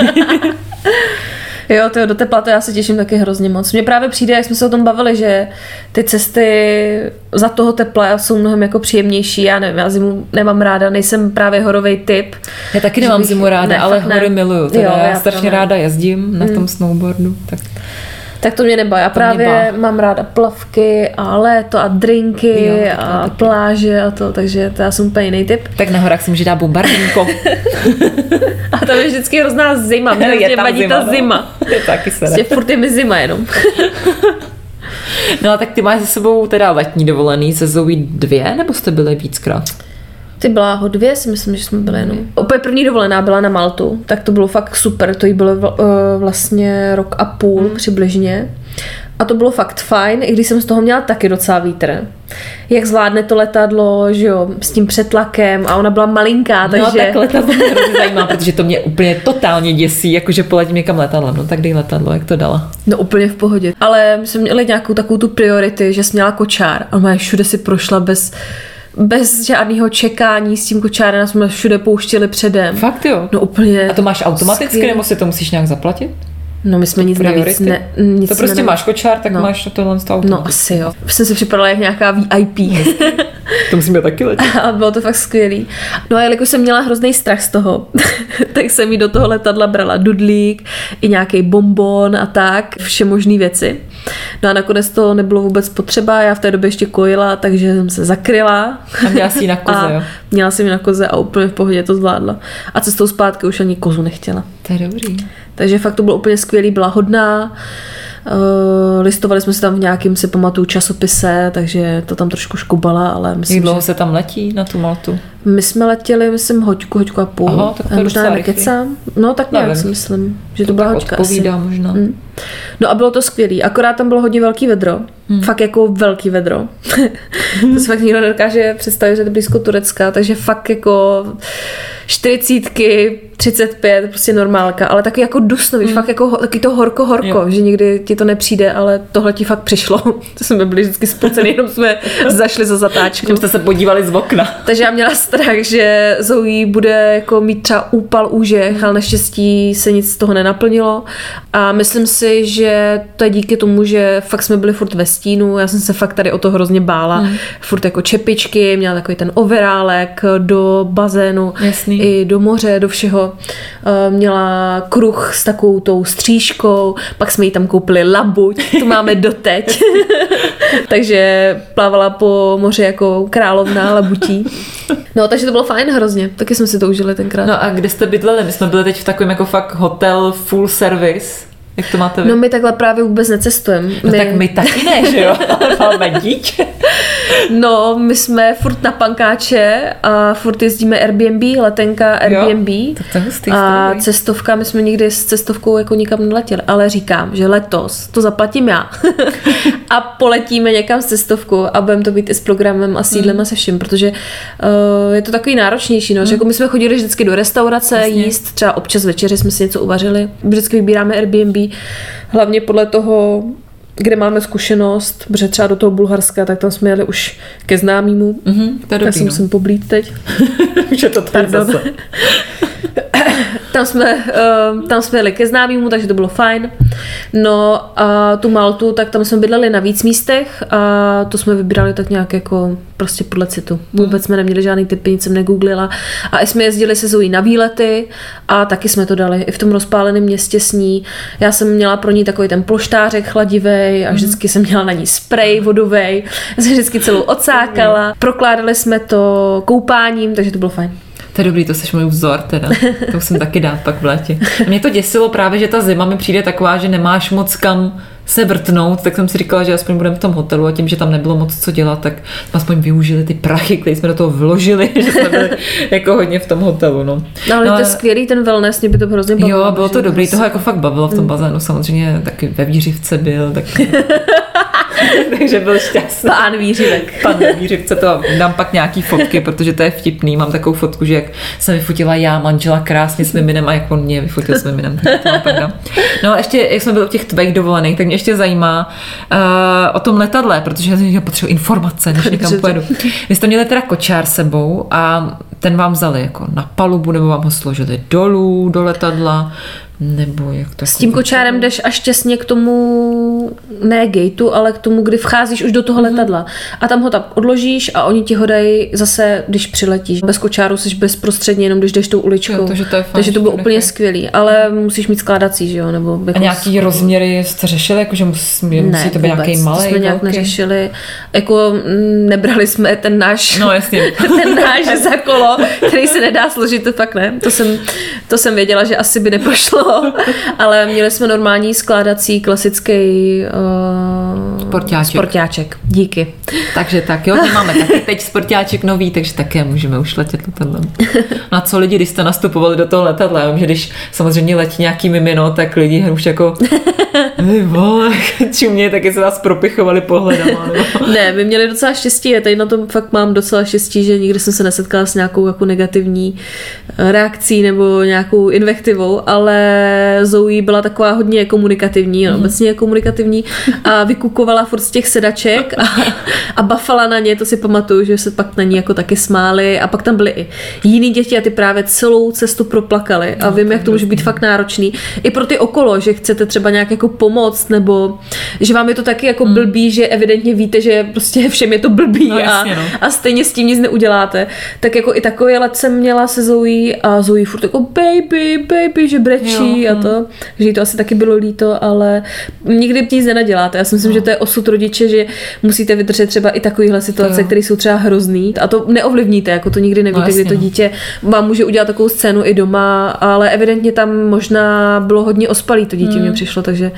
Jo, to do tepla, to já se těším taky hrozně moc. Mně právě přijde, jak jsme se o tom bavili, že ty cesty za toho tepla jsou mnohem jako příjemnější. Já nevím, já zimu nemám ráda, nejsem právě horovej typ. Já taky nemám bych, zimu ráda, ne, ale hory miluju. Teda jo, já, já strašně ráda jezdím na tom hmm. snowboardu. Tak... Tak to mě nebaví. Já právě mám ráda plavky a léto a drinky jo, a pláže a to, takže to já jsem úplně jiný typ. Tak na horách si může dát bombardínko. A tam je vždycky hrozná zima. Mě je vadí zima, ta zima. No. Je taky se prostě furt je mi zima jenom. No a tak ty máš za sebou teda letní dovolený se Zoe dvě, nebo jste byli víckrát? Ty byla ho dvě, si myslím, že jsme byli jenom. Úplně první dovolená byla na Maltu, tak to bylo fakt super, to jí bylo vlastně rok a půl mm. přibližně. A to bylo fakt fajn, i když jsem z toho měla taky docela vítr. Jak zvládne to letadlo, že jo, s tím přetlakem a ona byla malinká, takže... No tak letadlo mě hrozně zajímá, protože to mě úplně totálně děsí, jakože poletím někam letadlem, no tak dej letadlo, jak to dala? No úplně v pohodě. Ale my jsme měli nějakou takovou tu priority, že jsi měla kočár a ona všude si prošla bez... bez žádného čekání s tím kočárem, nás jsme všude pouštěli předem. Fakt jo? No úplně. A to máš automaticky, skvěl. Nebo si to musíš nějak zaplatit? No my jsme nic navíc ne, nic to prostě ne, máš kočár, tak no. máš to tohle automaticky. No asi jo. Jsem si připadala jak nějaká V I P. To musíme taky letět. A bylo to fakt skvělý. No a jelikož jsem měla hrozný strach z toho, tak jsem jí do toho letadla brala dudlík, i nějaký bonbon a tak, vše možný věci. No a nakonec to nebylo vůbec potřeba, já v té době ještě kojila, takže jsem se zakryla. A měla si ji na koze, jo? Měla jsem ji na koze a úplně v pohodě to zvládla. A cestou zpátky už ani kozu nechtěla. To je dobrý. Takže fakt to bylo úplně skvělý, byla hodná. Uh, listovali jsme se tam v nějakým, si pamatuju, časopise, takže to tam trošku škubala, ale myslím, jak dlouho že... se tam letí na tu Maltu? My jsme letěli, myslím, hoďku, hoďku a půl. Aha, tak to možná nekecám. No tak nějak nevím. si myslím, že to, to byla hoďka odpovídá asi. možná. Mm. No a bylo to skvělý, akorát tam bylo hodně velký vedro. Hmm. Fakt jako velký vedro. To si fakt nikdo nedokáže představit, že to je blízko Turecka, takže fakt jako čtyřicítky, třicet pět, prostě normálka, ale taky jako dusno, víš, hmm. fakt jako taky to horko, horko, jo. Že někdy ti to nepřijde, ale tohle ti fakt přišlo. To jsme byli vždycky spocený, jenom jsme zašli za zatáčku. Tím jste se podívali z okna. Takže já měla strach, že Zoe bude jako mít třeba úpal úžeh, ale naštěstí se nic z toho nenaplnilo a myslím si, že to je díky tomu, že fakt jsme byli furt ve stínu, já jsem se fakt tady o to hrozně bála. Hmm. Furt jako čepičky, měla takový ten overálek do bazénu, jasný. I do moře, do všeho. Měla kruh s takovou tou střížkou, pak jsme jí tam koupili labuť, tu máme doteď. Takže plávala po moři jako královna labutí. No, takže to bylo fajn hrozně, taky jsme si to užili tenkrát. No a kde jste bydleli? My jsme byli teď v takovém jako fakt hotel full service. Jak to máte vy? No my takhle právě vůbec necestujeme. No my... tak my taky ne, že jo? Máme dítě. No, my jsme furt na pankáče a furt jezdíme Airbnb, letenka Airbnb. Jo, tak to je hustý, a cestovka, my jsme nikdy s cestovkou jako nikam neletěli, ale říkám, že letos to zaplatím já a poletíme někam s cestovkou a budeme to být i s programem a sídlem mm. a se vším, protože uh, je to takový náročnější, no, mm. že jako my jsme chodili vždycky do restaurace Jasně. jíst, třeba občas večeři jsme si něco uvařili, vždycky vybíráme Airbnb, hlavně podle toho, kde máme zkušenost, protože třeba do toho Bulharska, tak tam jsme jeli už ke známýmu. Mm-hmm, to je dobrý, tak si no. musím poblít teď. Že to tady zase. Tam jsme, uh, tam jsme jeli ke známýmu, takže to bylo fajn. No a tu Maltu, tak tam jsme bydleli na víc místech a to jsme vybírali tak nějak jako prostě podle citu. Vůbec jsme neměli žádný typy, nic jsem negooglila. A i jsme jezdili se Zoe na výlety a taky jsme to dali i v tom rozpáleném městě s ní. Já jsem měla pro ní takový ten polštářek chladivej a vždycky jsem měla na ní sprej vodovej. Já jsem vždycky celou ocákala. Prokládali jsme to koupáním, takže to bylo fajn. To je dobrý, to jsi můj vzor teda. To musím taky dát pak v létě. Mě to děsilo právě, že ta zima mi přijde taková, že nemáš moc kam se vrtnout, tak jsem si říkala, že aspoň budeme v tom hotelu a tím, že tam nebylo moc co dělat, tak jsme aspoň využili ty prachy, které jsme do toho vložili, že jsme byli jako hodně v tom hotelu. No, no ale no, to je skvělý, ten wellness, mě by to hrozně bavilo. Jo, bylo to dobrý, toho jako fakt bavilo v tom bazénu, samozřejmě taky ve Vířivce byl, tak... takže byl šťastný. Pán Vířivek. Pán Vířivce, to dám pak nějaký fotky, protože to je vtipný. Mám takovou fotku, že jak jsem vyfotila já, manžela krásně s miminem a jak on mě vyfotil s miminem. No a ještě, jak jsme byli u těch tvých dovolených, tak mě ještě zajímá uh, o tom letadle, protože já potřebuji informace, než někam pojedu. Vy jste měli teda kočár sebou a ten vám vzali jako na palubu, nebo vám ho složili dolů do letadla, nebo jak to... S tím kočárem jdeš až těsně k tomu, ne gateu, ale k tomu, kdy vcházíš už do toho letadla. A tam ho tam odložíš a oni ti ho dají zase, když přiletíš. Bez kočáru jsi bezprostředně, jenom když jdeš tou uličkou. Jo, takže, to je fajn, takže to bylo to úplně skvělý. Ale musíš mít skládací, že jo? Nebo jako a nějaký rozměry jste řešili? Jako, že musí, musí ne, to být nějaký malý? To jsme nějak velký? Neřešili. Jako nebrali jsme ten náš, no, jasně. ten náš za kolo, který se nedá složit, to fakt ne. To jsem, to jsem věděla, že asi by neprošlo. Ale měli jsme normální skládací klasický uh, sportáček. sportáček. Díky. Takže tak, jo, to máme taky teď sportáček nový, takže také můžeme už letět letadlem. No a co lidi, když jste nastupovali do toho letadla? Já vím, že když samozřejmě letí nějaký mimino, tak lidi už jako hej vole, čumě, taky se nás propichovali pohledama. No. Ne, my měli docela štěstí, já tady na tom fakt mám docela štěstí, že nikdy jsem se nesetkala s nějakou jako negativní reakcí nebo nějakou invektivou, ale Zoe byla taková hodně komunikativní, no, obecně komunikativní a vykukovala furt z těch sedaček a, a bafala na ně, to si pamatuju, že se pak na ní jako taky smáli a pak tam byly i jiný děti a ty právě celou cestu proplakali a vím, jak to může být fakt náročný. I pro ty okolo, že chcete třeba nějak jako pomoct, nebo že vám je to taky jako blbý, že evidentně víte, že prostě všem je to blbý no, jasně, a, no. a stejně s tím nic neuděláte. Tak jako i takový let jsem měla se Zoe a Zoe furt jako baby, baby, že brečí jo, a to, že jí to asi taky bylo líto, ale nikdy nic nenaděláte. Já si myslím, no. že to je osud rodiče, že musíte vydržet třeba i takovýhle situace, které jsou třeba hrozný a to neovlivníte, jako to nikdy nevíte, no, jasně, kdy to dítě vám může udělat takovou scénu i doma, ale evidentně tam možná bylo hodně ospalý to dítě, hmm. mně přišlo, takže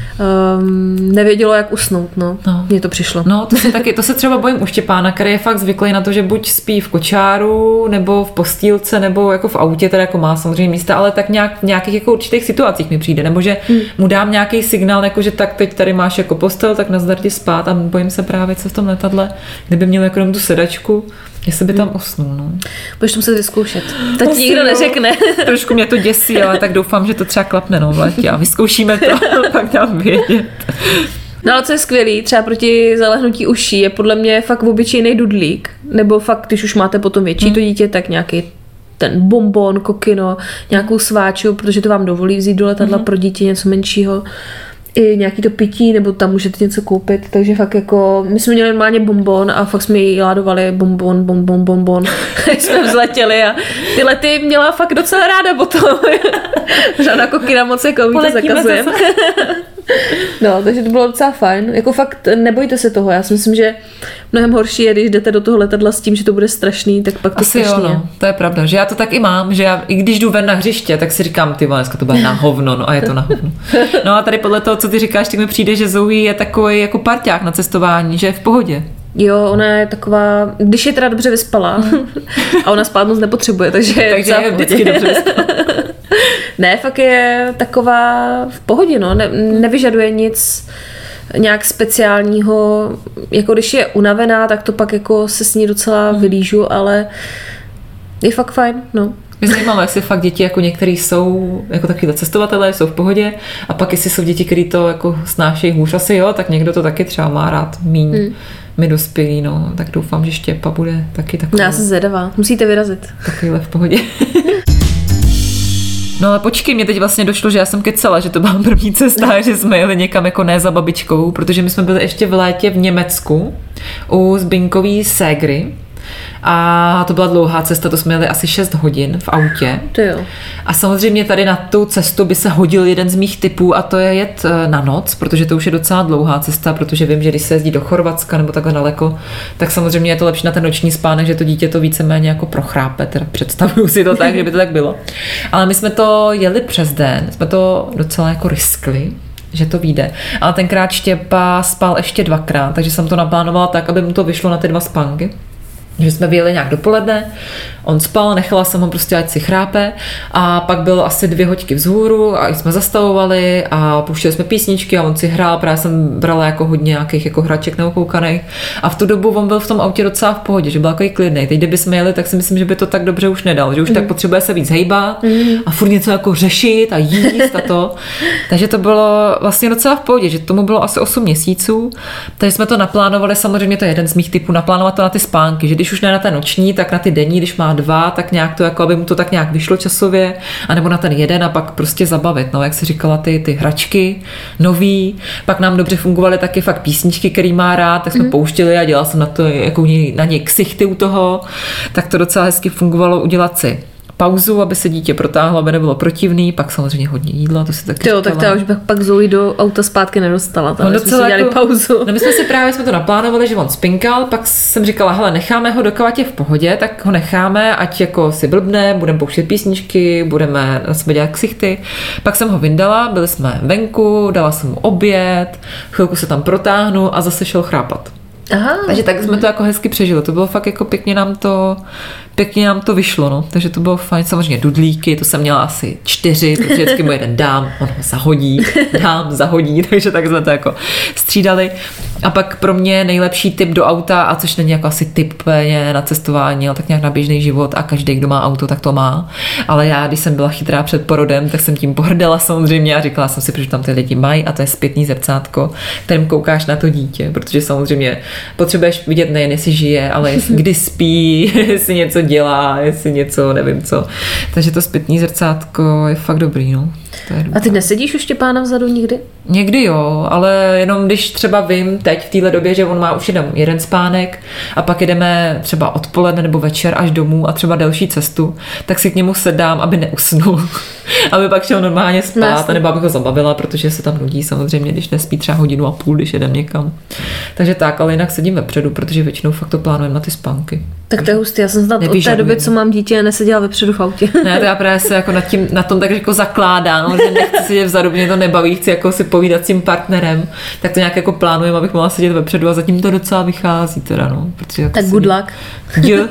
um, nevědělo, jak usnout, no. no. Mně to přišlo. No, to se taky, to se třeba bojím u Štěpána, který je fakt zvyklý na to, že buď spí v kočáru, nebo v postýlce, nebo jako v autě, teda jako má samozřejmě místa, ale tak nějak v nějakých jako určitých situacích mi přijde, nebo že hmm. mu dám nějaký signál, jako že tak teď tady máš jako postel, tak nazdar ti spát a bojím se právě, co v tom letadle, kdyby měl jako tu sedačku, jestli by tam usnul, no. Budeš to muset vyzkoušet. To ti nikdo neřekne. Trošku mě to děsí, ale tak doufám, že to třeba klapne, no, v létě a vyzkoušíme to, pak dám vědět. No ale co je skvělý, třeba proti zalehnutí uší je podle mě fakt obyčejný dudlík, nebo fakt, když už máte potom větší hmm. to dítě, tak nějaký ten bonbon, kokino, nějakou sváču, protože to vám dovolí vzít do letadla hmm. pro dítě něco menšího. I nějaký to pití, nebo tam můžete něco koupit, takže fakt jako, my jsme měli normálně bonbon a fakt jsme jí ládovali bonbon, bonbon, bonbon, jsme vzletěli a ty lety měla fakt docela ráda potom. Žádná kokina moc jako, my to zakazujeme. No, takže to bylo docela fajn. Jako fakt nebojte se toho. Já si myslím, že mnohem horší je, když jdete do toho letadla s tím, že to bude strašný, tak pak to Asi jo, no. To je pravda, že já to tak i mám, že já, i když jdu ven na hřiště, tak si říkám, ty vole, dneska to bude na hovno, no a je to na hovno. No a tady podle toho, co ty říkáš, tak mi přijde, že Zoe je takový jako parťák na cestování, že je v pohodě. Jo, ona je taková, když je teda dobře vyspala a ona spát moc nepotřebuje, takže, takže je vždycky dobře vyspala. Ne, fakt je taková v pohodě, no, ne, nevyžaduje nic nějak speciálního, jako když je unavená, tak to pak jako se s ní docela vylížu, ale je fakt fajn, no. Mě zajímalo, jestli fakt děti jako některý jsou jako takovýhle cestovatelé, jsou v pohodě a pak jestli jsou děti, který to jako snášejí hůř, asi jo, tak někdo to taky třeba má rád míň. Hmm. My dospělí, no, tak doufám, že Štěpa bude taky takový. Já jsem zvědavá, musíte vyrazit. Takovýhle v pohodě. No ale počkej, mě teď vlastně došlo, že já jsem kecela, že to byla první cesta, že jsme jeli někam jako ne za babičkou, protože my jsme byli ještě v létě v Německu u Zbyňkový ségry. A to byla dlouhá cesta, to jsme jeli asi šest hodin v autě. To jo. A samozřejmě tady na tu cestu by se hodil jeden z mých typů a to je jet na noc, protože to už je docela dlouhá cesta, protože vím, že když se jezdí do Chorvatska nebo takhle daleko, tak samozřejmě je to lepší na ten noční spánek, že to dítě to víceméně jako prochrápe, teda představuju si to tak, že by to tak bylo. Ale my jsme to jeli přes den, jsme to docela jako riskli, že to vyjde. Ale tenkrát Štěpa spal ještě dvakrát, takže jsem to naplánovala tak, aby mu to vyšlo na ty dva spánky. Že jsme vyjeli nějak dopoledne, on spal, nechala jsem ho prostě, ať si chrápe a pak bylo asi dvě hoďky vzhůru a jsme zastavovali a pouštěli jsme písničky a on si hrál, právě jsem brala jako hodně nějakých jako hraček neokoukaných a v tu dobu on byl v tom autě docela v pohodě, že byl takový klidnej. Teď kdyby jsme jeli, tak si myslím, že by to tak dobře už nedal, že už mm. tak potřebuje se víc hejbat mm. a furt něco jako řešit a jíst a to. Takže to bylo vlastně docela v pohodě, že tomu bylo asi osm měsíců, takže jsme to naplánovali, samozřejmě to je jeden z mých typů, naplánovat to na ty spánky, že když už ne na ten noční, tak na ty denní, když má dva, tak nějak to, jako aby mu to tak nějak vyšlo časově, anebo na ten jeden a pak prostě zabavit, no, jak si říkala, ty, ty hračky nový, pak nám dobře fungovaly taky fakt písničky, který má rád, tak jsme mm. pouštěli a dělala jsem na to, jako na něj ksichty u toho, tak to docela hezky fungovalo udělat si pauzu, aby se dítě protáhlo, aby nebylo protivný, pak samozřejmě hodně jídla, to si taky jo, tak ta už bych pak Zoe do auta zpátky nedostala, tam no, jsme si dělali jako, pauzu. No my jsme si právě jsme to naplánovali, že on spinkal, pak jsem říkala, hele, necháme ho, dokud je v pohodě, tak ho necháme, ať jako si blbne, budeme pouštět písničky, budeme na sebe dělat ksichty. Pak jsem ho vyndala, byli jsme venku, dala jsem mu oběd, chvilku se tam protáhnu a zase šel chrápat. Aha. Takže tak jsme to jako hezky přežili. To bylo fakt jako pěkně nám to pěkně nám to vyšlo, no. Takže to bylo fajn. Samozřejmě dudlíky, to jsem měla asi čtyři, takže vždycky mu jeden dám, on ho zahodí, dám, zahodí, takže tak jsme to jako střídali. A pak pro mě nejlepší tip do auta, a což není jako asi tip na cestování, ale tak nějak na běžný život a každý, kdo má auto, tak to má. Ale já, když jsem byla chytrá před porodem, tak jsem tím pohrdala samozřejmě a říkala jsem si, protože tam ty lidi mají a to je zpětný zrcátko, kterým koukáš na to dítě, protože samozřejmě potřebuješ vidět nejen, jestli žije, ale jestli, kdy spí, jestli něco dělá, jestli něco, nevím co. Takže to zpětný zrcátko je fakt dobrý, no. To je a ty nesedíš u Štěpána vzadu nikdy? Někdy jo, ale jenom když třeba vím teď v téhle době, že on má už jenom jeden spánek a pak jedeme třeba odpoledne nebo večer až domů a třeba delší cestu, tak si k němu sedám, aby neusnul. Aby pak šel normálně spát, nebo abych ho zabavila, protože se tam nudí samozřejmě, když nespí třeba hodinu a půl, když jedem někam. Takže tak, ale jinak sedím vepředu, protože většinou fakt to plánujeme na ty spánky. Tak to je hustý, já jsem snad od té doby, co mám dítě, neseděla vepředu v autě. Ne, to já právě se jako nad tím, na tom tak jako zakládám, že nechci sedět vzadu, mě to nebaví, chci jako si povídat s tím partnerem, tak to nějak jako plánujeme, abych mohla sedět vepředu a zatím to docela vychází teda, no. Protože tak good luck. Jo.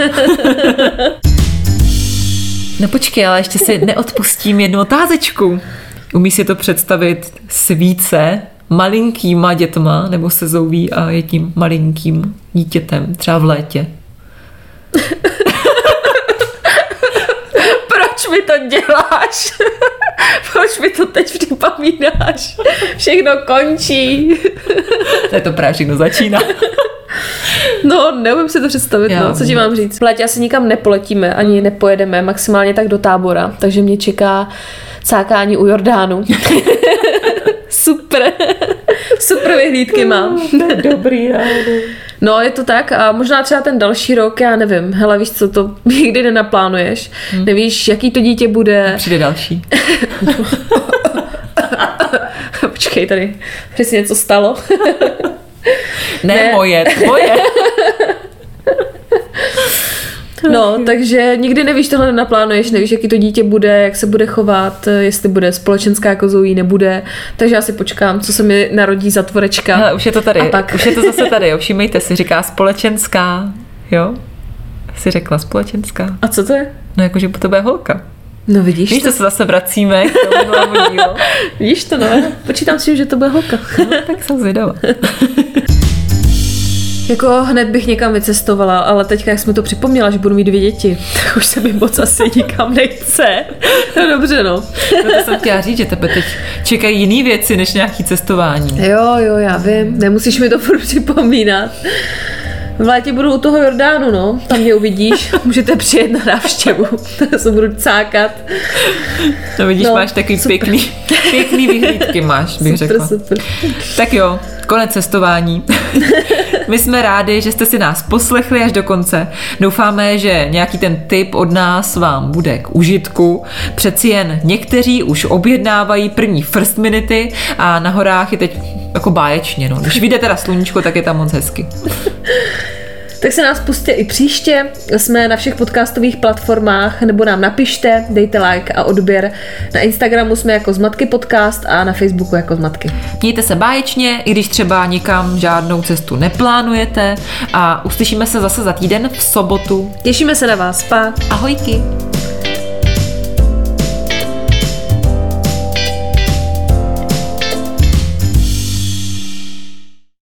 No počkej, ale ještě si neodpustím jednu otázečku. Umíš si to představit s více malinkýma dětma, nebo se Zoe a je tím malinkým dítětem, třeba v létě? Proč mi to děláš? Proč mi to teď připomínáš? Všechno končí. To je to právě všechno začíná. No, neumím si to představit, Já, no. Co ti mám říct? V létě asi nikam nepoletíme, ani nepojedeme, maximálně tak do Tábora, takže mě čeká cákání u Jordánu. Super. Super vyhlídky mám. To je dobrý, já. No, je to tak a možná třeba ten další rok, já nevím, hele, víš co, to nikdy nenaplánuješ, hmm. nevíš, jaký to dítě bude. Přijde další. Počkej, tady přesně něco stalo. Ne, Ne. moje, tvoje. No, takže nikdy nevíš, tohle nenaplánuješ, nevíš, jaký to dítě bude, jak se bude chovat, jestli bude společenská kozoují, nebude. Takže já si počkám, co se mi narodí zatvorečka. Hele, už je to tady, A pak. už je to zase tady, jo. Všímejte si, říká společenská, jo? Jsi řekla společenská. A co to je? No jakože to bude holka. No vidíš Víš, to? to se zase vracíme k tomu novému dílu. Vidíš to, no. Počítám si, že to bude holka. No, tak jsem zvědavá. Jako hned bych někam vycestovala, ale teďka, jak jsme to připomněla, že budu mít dvě děti, tak už se mi moc asi nikam nechce. No dobře, no. No to jsem chtěla říct, že tebe teď čekají jiný věci, než nějaký cestování. Jo, jo, já vím, nemusíš mi to furt připomínat. V létě budu u toho Jordánu, no, tam mě uvidíš, můžete přijet na návštěvu, to se budu cákat. No vidíš, No, máš takový super. pěkný, pěkný vyhlídky máš, bych Super, řekla. super. Tak jo, konec cestování. My jsme rádi, že jste si nás poslechli až do konce. Doufáme, že nějaký ten tip od nás vám bude k užitku. Přeci jen někteří už objednávají první first minuty a na horách je teď jako báječně. No. Když vyjde teda sluníčko, tak je tam moc hezky. Tak se nás pusťte i příště, jsme na všech podcastových platformách, nebo nám napište, dejte like a odběr. Na Instagramu jsme jako Zmatky podcast a na Facebooku jako Zmatky. Mějte se báječně, i když třeba nikam žádnou cestu neplánujete a uslyšíme se zase za týden v sobotu. Těšíme se na vás, pa! Ahojky!